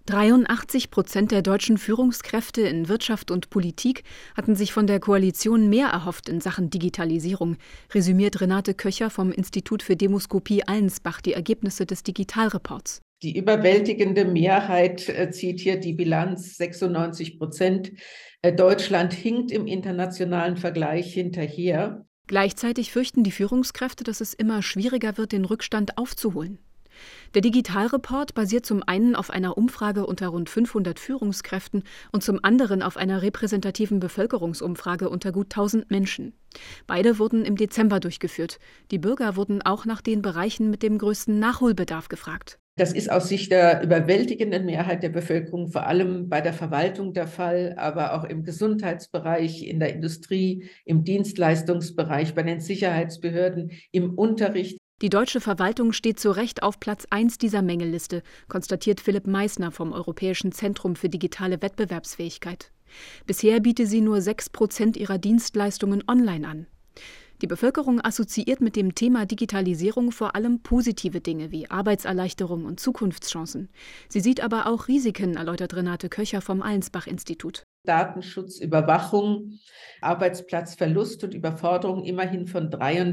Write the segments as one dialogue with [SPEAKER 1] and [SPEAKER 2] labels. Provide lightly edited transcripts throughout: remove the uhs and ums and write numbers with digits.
[SPEAKER 1] 83% der deutschen Führungskräfte in Wirtschaft und Politik hatten sich von der Koalition mehr erhofft in Sachen Digitalisierung, resümiert Renate Köcher vom Institut für Demoskopie Allensbach die Ergebnisse des Digitalreports.
[SPEAKER 2] Die überwältigende Mehrheit zieht hier die Bilanz, 96%. Deutschland hinkt im internationalen Vergleich hinterher.
[SPEAKER 1] Gleichzeitig fürchten die Führungskräfte, dass es immer schwieriger wird, den Rückstand aufzuholen. Der Digitalreport basiert zum einen auf einer Umfrage unter rund 500 Führungskräften und zum anderen auf einer repräsentativen Bevölkerungsumfrage unter gut 1000 Menschen. Beide wurden im Dezember durchgeführt. Die Bürger wurden auch nach den Bereichen mit dem größten Nachholbedarf gefragt.
[SPEAKER 2] Das ist aus Sicht der überwältigenden Mehrheit der Bevölkerung vor allem bei der Verwaltung der Fall, aber auch im Gesundheitsbereich, in der Industrie, im Dienstleistungsbereich, bei den Sicherheitsbehörden, im Unterricht.
[SPEAKER 1] Die deutsche Verwaltung steht zu Recht auf Platz 1 dieser Mängelliste, konstatiert Philipp Meissner vom Europäischen Zentrum für digitale Wettbewerbsfähigkeit. Bisher biete sie nur 6% ihrer Dienstleistungen online an. Die Bevölkerung assoziiert mit dem Thema Digitalisierung vor allem positive Dinge wie Arbeitserleichterung und Zukunftschancen. Sie sieht aber auch Risiken, erläutert Renate Köcher vom Allensbach-Institut.
[SPEAKER 2] Datenschutz, Überwachung, Arbeitsplatzverlust und Überforderung immerhin von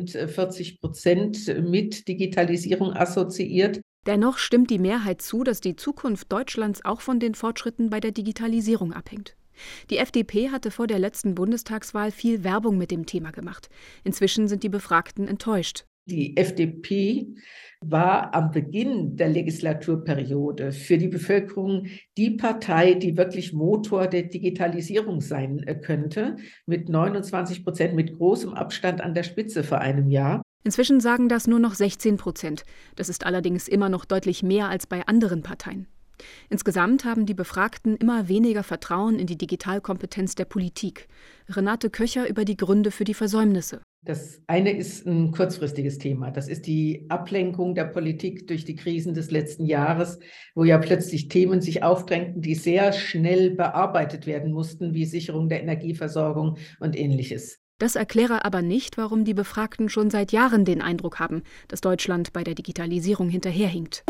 [SPEAKER 2] 43% mit Digitalisierung assoziiert.
[SPEAKER 1] Dennoch stimmt die Mehrheit zu, dass die Zukunft Deutschlands auch von den Fortschritten bei der Digitalisierung abhängt. Die FDP hatte vor der letzten Bundestagswahl viel Werbung mit dem Thema gemacht. Inzwischen sind die Befragten enttäuscht.
[SPEAKER 2] Die FDP war am Beginn der Legislaturperiode für die Bevölkerung die Partei, die wirklich Motor der Digitalisierung sein könnte, mit 29%, mit großem Abstand an der Spitze vor einem Jahr.
[SPEAKER 1] Inzwischen sagen das nur noch 16%. Das ist allerdings immer noch deutlich mehr als bei anderen Parteien. Insgesamt haben die Befragten immer weniger Vertrauen in die Digitalkompetenz der Politik. Renate Köcher über die Gründe für die Versäumnisse.
[SPEAKER 2] Das eine ist ein kurzfristiges Thema. Das ist die Ablenkung der Politik durch die Krisen des letzten Jahres, wo ja plötzlich Themen sich aufdrängten, die sehr schnell bearbeitet werden mussten, wie Sicherung der Energieversorgung und Ähnliches.
[SPEAKER 1] Das erkläre aber nicht, warum die Befragten schon seit Jahren den Eindruck haben, dass Deutschland bei der Digitalisierung hinterherhinkt.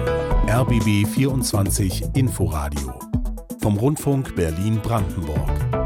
[SPEAKER 3] RBB 24 Inforadio vom Rundfunk Berlin-Brandenburg.